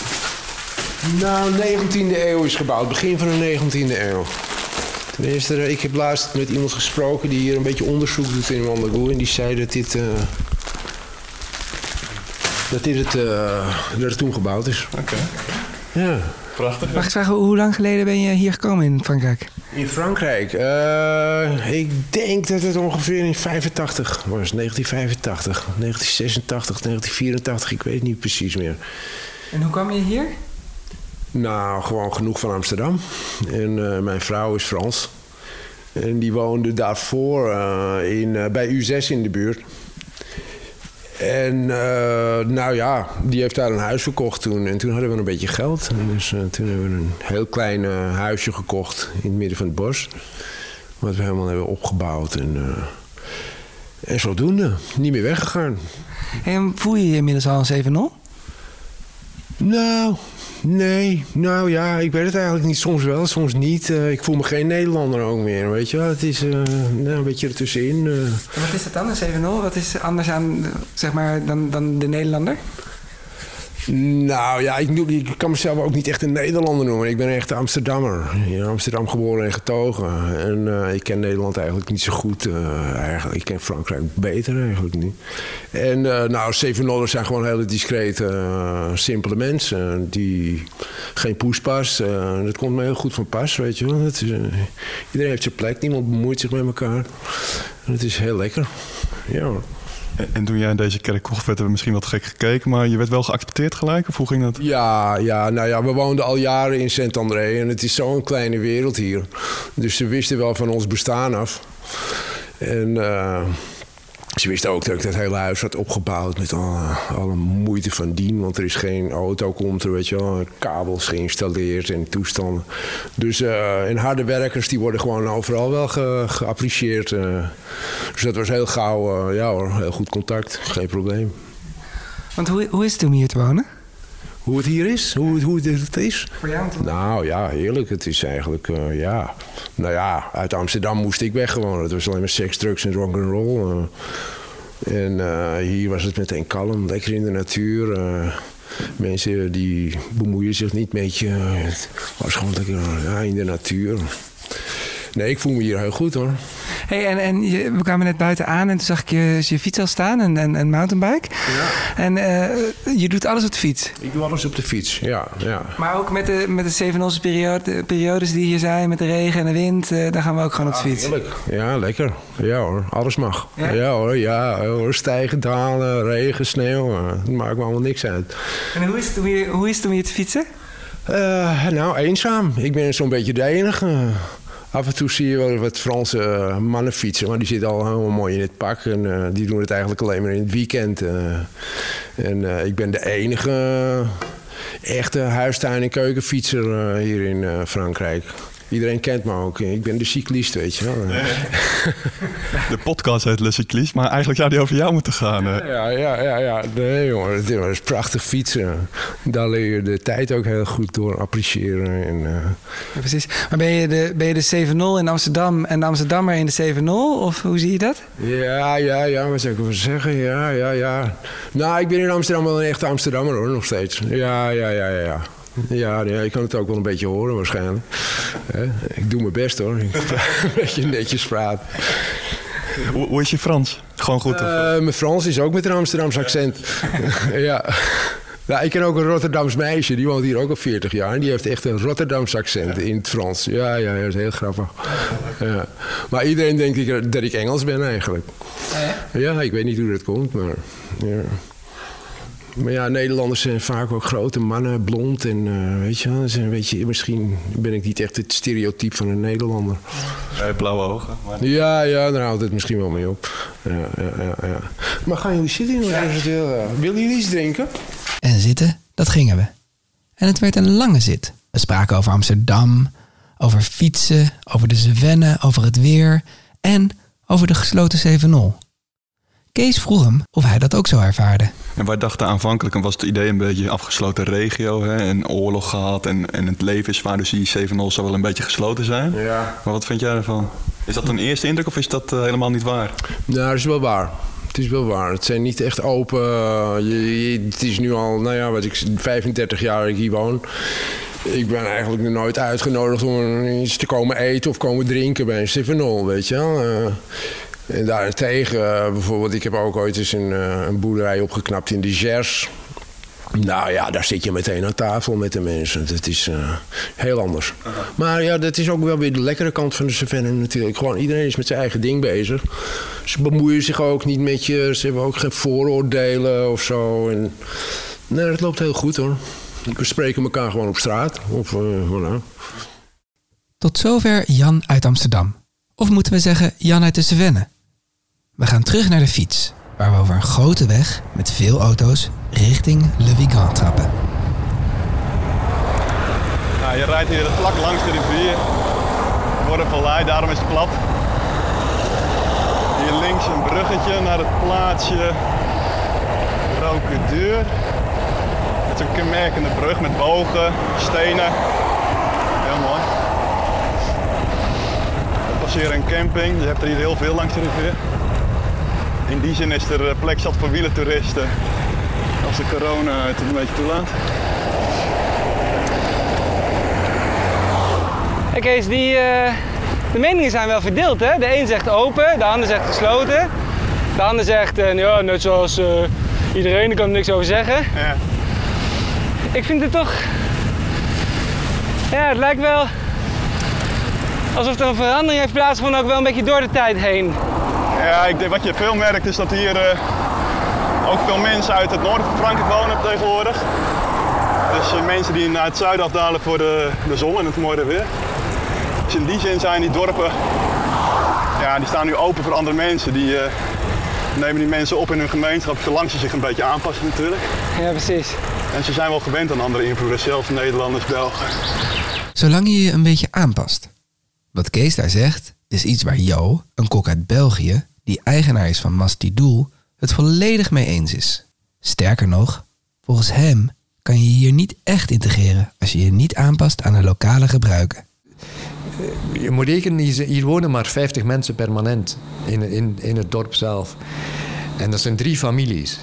19e eeuw is gebouwd. Begin van de 19e eeuw. Tenminste, ik heb laatst met iemand gesproken die hier een beetje onderzoek doet in Wandergoed. En die zei dat het toen gebouwd is. Oké. Ja. Prachtig. Mag ik vragen, hoe lang geleden ben je hier gekomen in Frankrijk? In Frankrijk? Ik denk dat het ongeveer in 85 was. 1985, 1986, 1984. Ik weet het niet precies meer. En hoe kwam je hier? Nou, gewoon genoeg van Amsterdam. En mijn vrouw is Frans. En die woonde daarvoor bij U6 in de buurt. En nou ja, die heeft daar een huis verkocht toen. En toen hadden we een beetje geld. En dus toen hebben we een heel klein huisje gekocht in het midden van het bos. Wat we helemaal hebben opgebouwd. En zodoende, niet meer weggegaan. En voel je je inmiddels al een 7-0? Nou, nee. Nou ja, ik weet het eigenlijk niet. Soms wel, soms niet. Ik voel me geen Nederlander ook meer, weet je wel. Het is een beetje ertussenin. En wat is dat dan, een 7-0? Wat is anders aan, zeg maar, dan de Nederlander? Nou ja, ik kan mezelf ook niet echt een Nederlander noemen. Ik ben echt een Amsterdammer. In Amsterdam geboren en getogen. En ik ken Nederland eigenlijk niet zo goed. Eigenlijk. Ik ken Frankrijk beter eigenlijk niet. En nou, 7-0'ers zijn gewoon hele discrete, simpele mensen. Die geen poespas. Dat komt me heel goed van pas, weet je wel. Iedereen heeft zijn plek. Niemand bemoeit zich met elkaar. En het is heel lekker. Ja. En toen jij in deze kerk kocht, werd er misschien wat gek gekeken, maar je werd wel geaccepteerd gelijk? Of hoe ging dat? Ja, nou ja, we woonden al jaren in Saint-André en het is zo'n kleine wereld hier. Dus ze wisten wel van ons bestaan af. En ze wisten ook dat ik dat hele huis had opgebouwd met alle moeite van dien. Want er is geen auto, komt er, weet je wel, kabels geïnstalleerd en toestanden. Dus en harde werkers die worden gewoon overal wel geapprecieerd. Dus dat was heel gauw, ja hoor, heel goed contact, geen probleem. Want hoe is het om hier te wonen? Hoe het hier is? Hoe het is? Voor jou? Nou ja, heerlijk. Het is eigenlijk, ja... Nou ja, uit Amsterdam moest ik weg gewoon. Het was alleen maar seks, drugs en rock'n'roll. En hier was het meteen kalm, lekker in de natuur. Mensen die bemoeien zich niet met je. Het was gewoon lekker in de natuur. Nee, ik voel me hier heel goed hoor. Hey, en we kwamen net buiten aan en toen zag ik je fiets al staan, een mountainbike. Ja. En je doet alles op de fiets? Ik doe alles op de fiets, ja. Maar ook met de 7-0's periodes die hier zijn, met de regen en de wind, daar gaan we ook gewoon op de fiets. Heerlijk. Ja, lekker. Ja hoor, alles mag. Ja hoor, stijgen, dalen, regen, sneeuw, dat maakt me allemaal niks uit. En hoe is het om hier te fietsen? Nou, eenzaam. Ik ben zo'n beetje de enige. Af en toe zie je wel wat Franse mannen fietsen, maar die zitten al helemaal mooi in het pak. En die doen het eigenlijk alleen maar in het weekend. En ik ben de enige echte huistuin- en keukenfietser hier in Frankrijk. Iedereen kent me ook. Ik ben de cyclist, weet je wel. De podcast heet Le Cycliste, maar eigenlijk zou die over jou moeten gaan. Ja. Nee, jongen. Het is prachtig fietsen. Daar leer je de tijd ook heel goed door appreciëren. En, Ja, precies. Maar ben je de 7-0 in Amsterdam en de Amsterdammer in de 7-0? Of hoe zie je dat? Ja. Wat zou ik ervan zeggen? Ja. Nou, ik ben in Amsterdam wel een echte Amsterdammer hoor, nog steeds. Ja. Ja, ik kan het ook wel een beetje horen waarschijnlijk. Ik doe mijn best hoor. Ik een beetje netjes praten. Hoe is je Frans? Gewoon goed? Mijn Frans is ook met een Amsterdams accent. Ja. Nou, ik ken ook een Rotterdams meisje, die woont hier ook al 40 jaar. En die heeft echt een Rotterdams accent in het Frans. Ja, dat is heel grappig. Ja. Maar iedereen denkt dat ik Engels ben eigenlijk. Ja, ik weet niet hoe dat komt, maar... Ja. Maar ja, Nederlanders zijn vaak ook grote mannen, blond en weet je wel. Dat is een beetje, misschien ben ik niet echt het stereotype van een Nederlander. Blauwe ogen. Maar... Ja, daar houdt het misschien wel mee op. Ja. Maar gaan jullie zitten? Willen jullie iets drinken? En zitten, dat gingen we. En het werd een lange zit. We spraken over Amsterdam, over fietsen, over de Cevennen, over het weer en over de gesloten Zevenol. Kees vroeg hem of hij dat ook zo ervaarde. En wij dachten aanvankelijk, was het idee een beetje afgesloten regio, hè, en oorlog gehad en het leven is zwaar, dus die Zevenol zou wel een beetje gesloten zijn. Ja. Maar wat vind jij ervan? Is dat een eerste indruk of is dat helemaal niet waar? Nou, dat is wel waar. Het is wel waar. Het zijn niet echt open. Het is nu al, 35 jaar dat ik hier woon. Ik ben eigenlijk nog nooit uitgenodigd om iets te komen eten of komen drinken bij een Zevenol, weet je wel. En daartegen, bijvoorbeeld, ik heb ook ooit eens een boerderij opgeknapt in de Gers. Nou ja, daar zit je meteen aan tafel met de mensen. Dat is heel anders. Maar ja, dat is ook wel weer de lekkere kant van de Cevennen natuurlijk. Gewoon iedereen is met zijn eigen ding bezig. Ze bemoeien zich ook niet met je. Ze hebben ook geen vooroordelen of zo. En, nee, dat loopt heel goed hoor. We spreken elkaar gewoon op straat. Voilà. Tot zover Jan uit Amsterdam. Of moeten we zeggen Jan uit de Cevennen? We gaan terug naar de fiets, waar we over een grote weg met veel auto's richting Le Vigan trappen. Nou, je rijdt hier vlak langs de rivier. Er wordt een vallei, daarom is het plat. Hier links een bruggetje naar het plaatsje Rocadeur. Met zo'n kenmerkende brug met bogen, stenen. Heel mooi. We passeren een camping, je hebt er hier heel veel langs de rivier. In die zin is er plek zat voor wielertoeristen als de corona het een beetje toelaat. Hey Kees, de meningen zijn wel verdeeld, hè? De een zegt open, de ander zegt gesloten. De ander zegt, ja, net zoals iedereen, daar kan er niks over zeggen. Ja. Ik vind het toch... Ja, het lijkt wel alsof er een verandering heeft plaatsgevonden, ook wel een beetje door de tijd heen. Ja, ik denk wat je veel merkt is dat hier ook veel mensen uit het noorden van Frankrijk wonen tegenwoordig. Dus mensen die naar het zuiden afdalen voor de zon en het mooie weer. Dus in die zin zijn die dorpen, ja, die staan nu open voor andere mensen. Die nemen die mensen op in hun gemeenschap, zolang ze zich een beetje aanpassen natuurlijk. Ja, precies. En ze zijn wel gewend aan andere invloeden, zelfs Nederlanders, Belgen. Zolang je je een beetje aanpast. Wat Kees daar zegt, is iets waar Jo, een kok uit België, die eigenaar is van Mastidoel, het volledig mee eens is. Sterker nog, volgens hem kan je hier niet echt integreren als je je niet aanpast aan de lokale gebruiken. Je moet rekenen, hier wonen maar 50 mensen permanent in het dorp zelf. En dat zijn 3 families.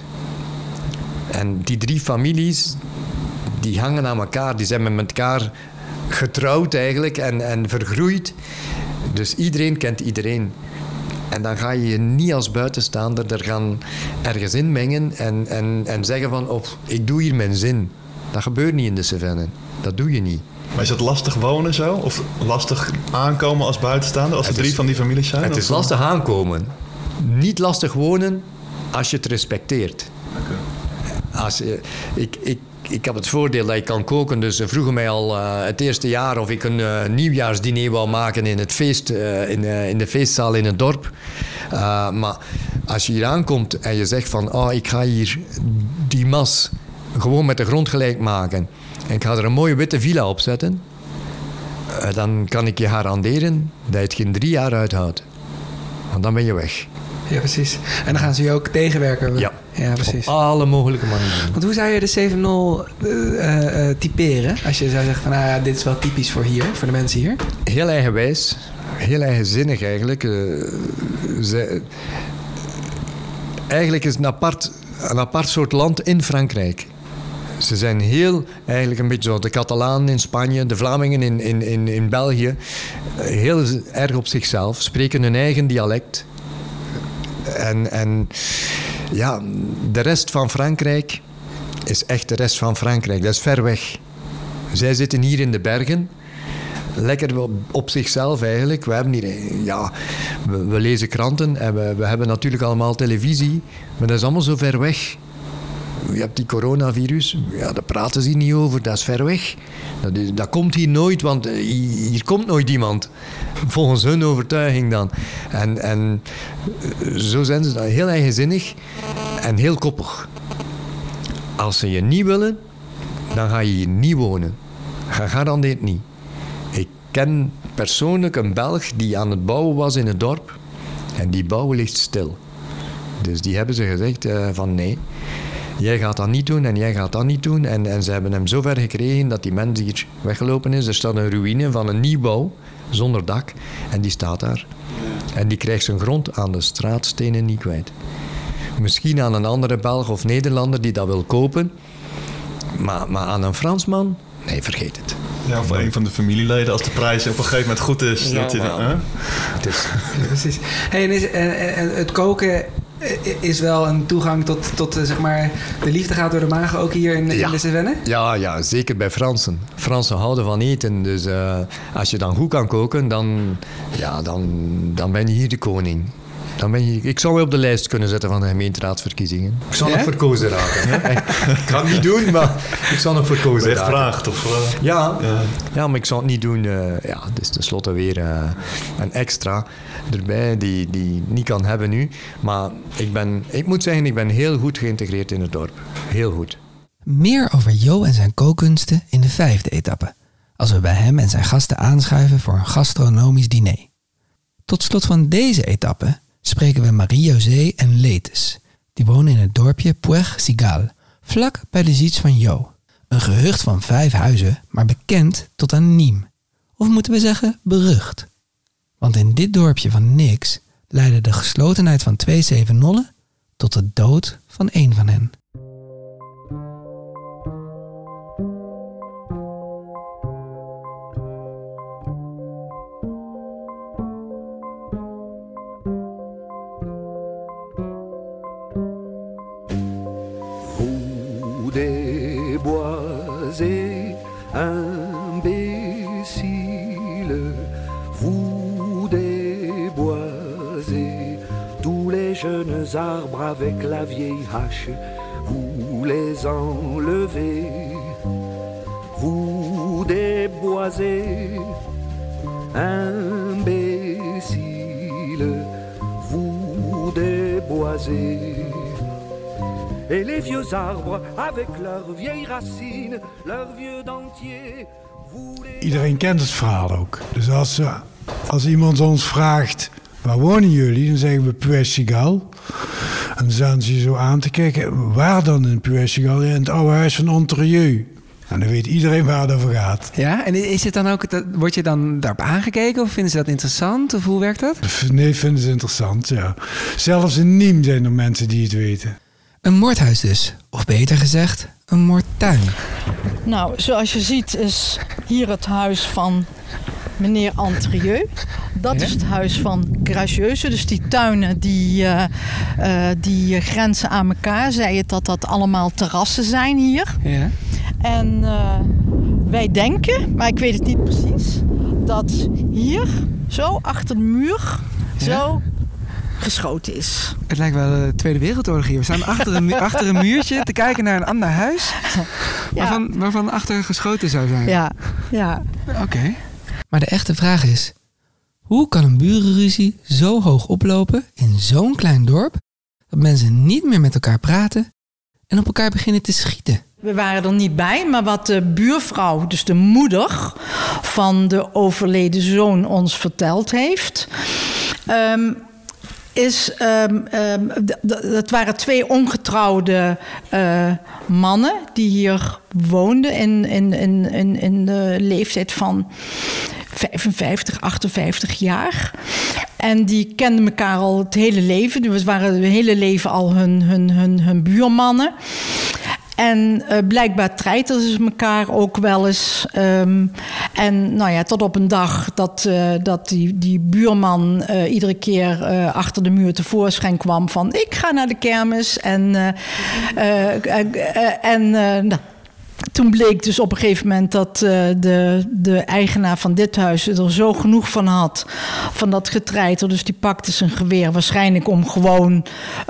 En die 3 families, die hangen aan elkaar, die zijn met elkaar getrouwd eigenlijk en vergroeid. Dus iedereen kent iedereen. En dan ga je je niet als buitenstaander er gaan ergens in mengen en zeggen van, oh, ik doe hier mijn zin. Dat gebeurt niet in de Cevennen. Dat doe je niet. Maar is het lastig wonen zo? Of lastig aankomen als buitenstaander, als er 3 van die families zijn? Het is lastig aankomen. Niet lastig wonen als je het respecteert. Okay. Ik heb het voordeel dat ik kan koken, dus ze vroegen mij al het eerste jaar of ik een nieuwjaarsdiner wou maken in het feest, in de feestzaal in het dorp. Maar als je hier aankomt en je zegt van, oh, ik ga hier die mas gewoon met de grond gelijk maken en ik ga er een mooie witte villa op zetten, dan kan ik je garanderen dat je het geen 3 jaar uithoudt. Want dan ben je weg. Ja, precies. En dan gaan ze je ook tegenwerken. Ja, precies. Op alle mogelijke manieren. Want hoe zou je de 7-0 typeren? Als je zou zeggen van, nou ja, dit is wel typisch voor hier, voor de mensen hier. Heel eigenwijs. Heel eigenzinnig eigenlijk. Eigenlijk is het een apart soort land in Frankrijk. Ze zijn eigenlijk een beetje zoals de Catalanen in Spanje, de Vlamingen in België. Heel erg op zichzelf, spreken hun eigen dialect. En ja, de rest van Frankrijk is echt de rest van Frankrijk. Dat is ver weg. Zij zitten hier in de bergen. Lekker op zichzelf eigenlijk. We hebben hier, ja, we lezen kranten en we hebben natuurlijk allemaal televisie. Maar dat is allemaal zo ver weg je hebt die coronavirus. Ja, daar praten ze hier niet over, dat is ver weg. Dat komt hier nooit, want hier komt nooit iemand. Volgens hun overtuiging dan. En zo zijn ze dan heel eigenzinnig en heel koppig. Als ze je niet willen, dan ga je hier niet wonen. Gegarandeerd niet. Ik ken persoonlijk een Belg die aan het bouwen was in het dorp. En die bouw ligt stil. Dus die hebben ze gezegd van nee, jij gaat dat niet doen en jij gaat dat niet doen. En ze hebben hem zo ver gekregen dat die mens hier weggelopen is. Er staat een ruïne van een nieuwbouw zonder dak en die staat daar. En die krijgt zijn grond aan de straatstenen niet kwijt. Misschien aan een andere Belg of Nederlander die dat wil kopen. Maar aan een Fransman? Nee, vergeet het. Ja, of een van de familieleden als de prijs op een gegeven moment goed is. Ja, dat je Precies. Hey, en het koken is wel een toegang tot zeg maar, de liefde gaat door de maag ook hier in de Cevennes? Ja, zeker bij Fransen. Fransen houden van eten. Dus als je dan goed kan koken, dan ben je hier de koning. Ik zou je op de lijst kunnen zetten van de gemeenteraadsverkiezingen. Ik zal nog verkozen raken. Hè? Ik ga het niet doen, maar ik zal nog verkozen raken. Gevraagd of? Ja, maar ik zal het niet doen. Het is tenslotte weer een extra erbij die niet kan hebben nu. Maar ik moet zeggen, ik ben heel goed geïntegreerd in het dorp. Heel goed. Meer over Jo en zijn kookkunsten in de 5e etappe. Als we bij hem en zijn gasten aanschuiven voor een gastronomisch diner. Tot slot van deze etappe spreken we Marie-José en Letes. Die wonen in het dorpje Puig-Sigal, vlak bij de ziets van Jo. Een gehucht van 5 huizen, maar bekend tot anoniem. Of moeten we zeggen berucht. Want in dit dorpje van niks leidde de geslotenheid van 2 Cevenollen tot de dood van 1 van hen. Déboisez, imbécile, vous déboisez tous les jeunes arbres avec la vieille hache, vous les enlevez, vous déboisez, imbécile, vous déboisez. Et les vieux arbres avec leurs vieilles racines, leurs vieux dentiers. Iedereen kent het verhaal ook. Dus als iemand ons vraagt, waar wonen jullie? Dan zeggen we Puig-Sigal. En dan staan ze je zo aan te kijken. Waar dan in Puig-Sigal? In het oude huis van Entrieux. En dan weet iedereen waar het over gaat. Ja, en is het dan ook, word je dan daarop aangekeken of vinden ze dat interessant? Of hoe werkt dat? Nee, vinden ze interessant, ja. Zelfs in Nîmes zijn er mensen die het weten. Een moordhuis dus, of beter gezegd, een moordtuin. Nou, zoals je ziet is hier het huis van meneer Entrieux. Dat is het huis van Gracieuse. Dus die tuinen die grenzen aan elkaar. Zei het dat allemaal terrassen zijn hier. Ja. En wij denken, maar ik weet het niet precies, dat hier zo achter de muur zo geschoten is. Het lijkt wel de Tweede Wereldoorlog hier. We staan achter een muurtje te kijken naar een ander huis. Ja. Waarvan achter geschoten zou zijn. Ja. Oké. Maar de echte vraag is, hoe kan een burenruzie zo hoog oplopen in zo'n klein dorp, dat mensen niet meer met elkaar praten en op elkaar beginnen te schieten? We waren er niet bij, maar wat de buurvrouw, dus de moeder van de overleden zoon, ons verteld heeft, dat waren 2 ongetrouwde mannen die hier woonden in de leeftijd van 55, 58 jaar. En die kenden elkaar al het hele leven. Dus waren het hele leven al hun buurmannen. En blijkbaar treiterden ze elkaar ook wel eens. En nou ja, tot op een dag dat die buurman iedere keer achter de muur tevoorschijn kwam van ik ga naar de kermis. toen bleek dus op een gegeven moment dat de eigenaar van dit huis er zo genoeg van had, van dat getreiter. Dus die pakte zijn geweer waarschijnlijk om gewoon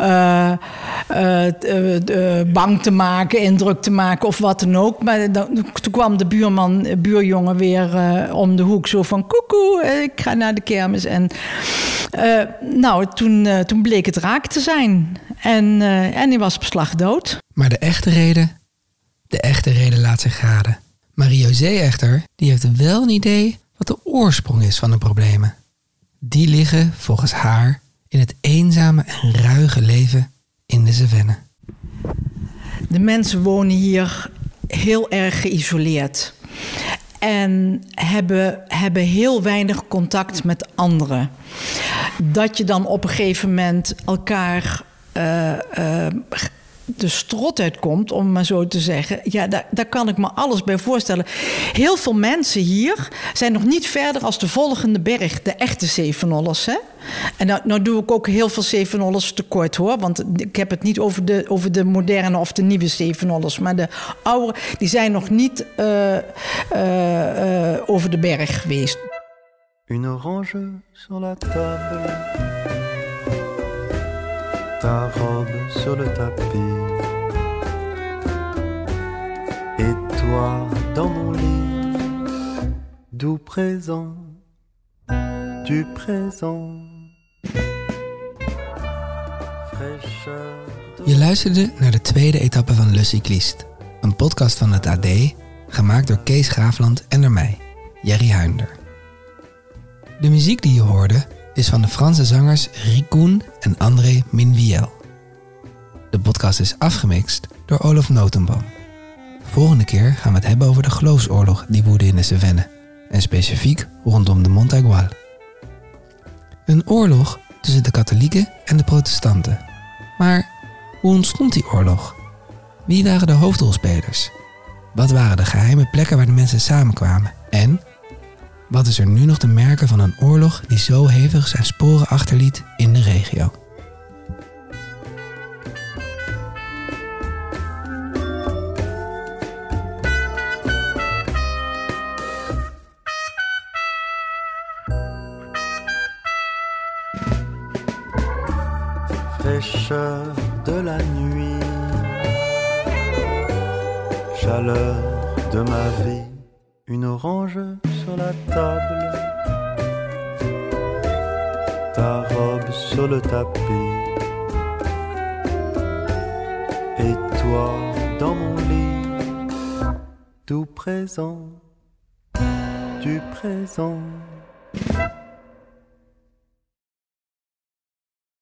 bang te maken, indruk te maken of wat dan ook. Maar toen kwam de buurjongen weer om de hoek zo van koekoe, ik ga naar de kermis. En toen bleek het raak te zijn. En hij was op slag dood. Maar de echte reden laat zich raden. Marie-José echter, die heeft wel een idee wat de oorsprong is van de problemen. Die liggen, volgens haar, in het eenzame en ruige leven in de Cevennes. De mensen wonen hier heel erg geïsoleerd. En hebben heel weinig contact met anderen. Dat je dan op een gegeven moment elkaar de strot uitkomt, om maar zo te zeggen. Ja, daar kan ik me alles bij voorstellen. Heel veel mensen hier zijn nog niet verder als de volgende berg, de echte Cevenollers. Hè? En nou doe ik ook heel veel Cevenollers tekort, hoor. Want ik heb het niet over de moderne of de nieuwe Cevenollers. Maar de oude, die zijn nog niet over de berg geweest. Une orange sur la table, ta robe sur le tapis, et toi dans mon lit, doux présent, du présent, fraîcheur. Je luisterde naar de tweede etappe van Le Cycliste, een podcast van het AD, gemaakt door Kees Graafland en door mij, Jerry Huinder. De muziek die je hoorde is van de Franse zangers Ricoen en André Minviel. De podcast is afgemixt door Olaf Notenboom. Volgende keer gaan we het hebben over de geloofsoorlog die woedde in de Cevennes, en specifiek rondom de Montaigual. Een oorlog tussen de katholieken en de protestanten. Maar hoe ontstond die oorlog? Wie waren de hoofdrolspelers? Wat waren de geheime plekken waar de mensen samenkwamen? En wat is er nu nog te merken van een oorlog die zo hevig zijn sporen achterliet in de regio? Fraîcheur de la nuit, chaleur de ma vie, une orange sur la table, ta robe sur le tapis, et toi dans mon lit, tout présent, du présent.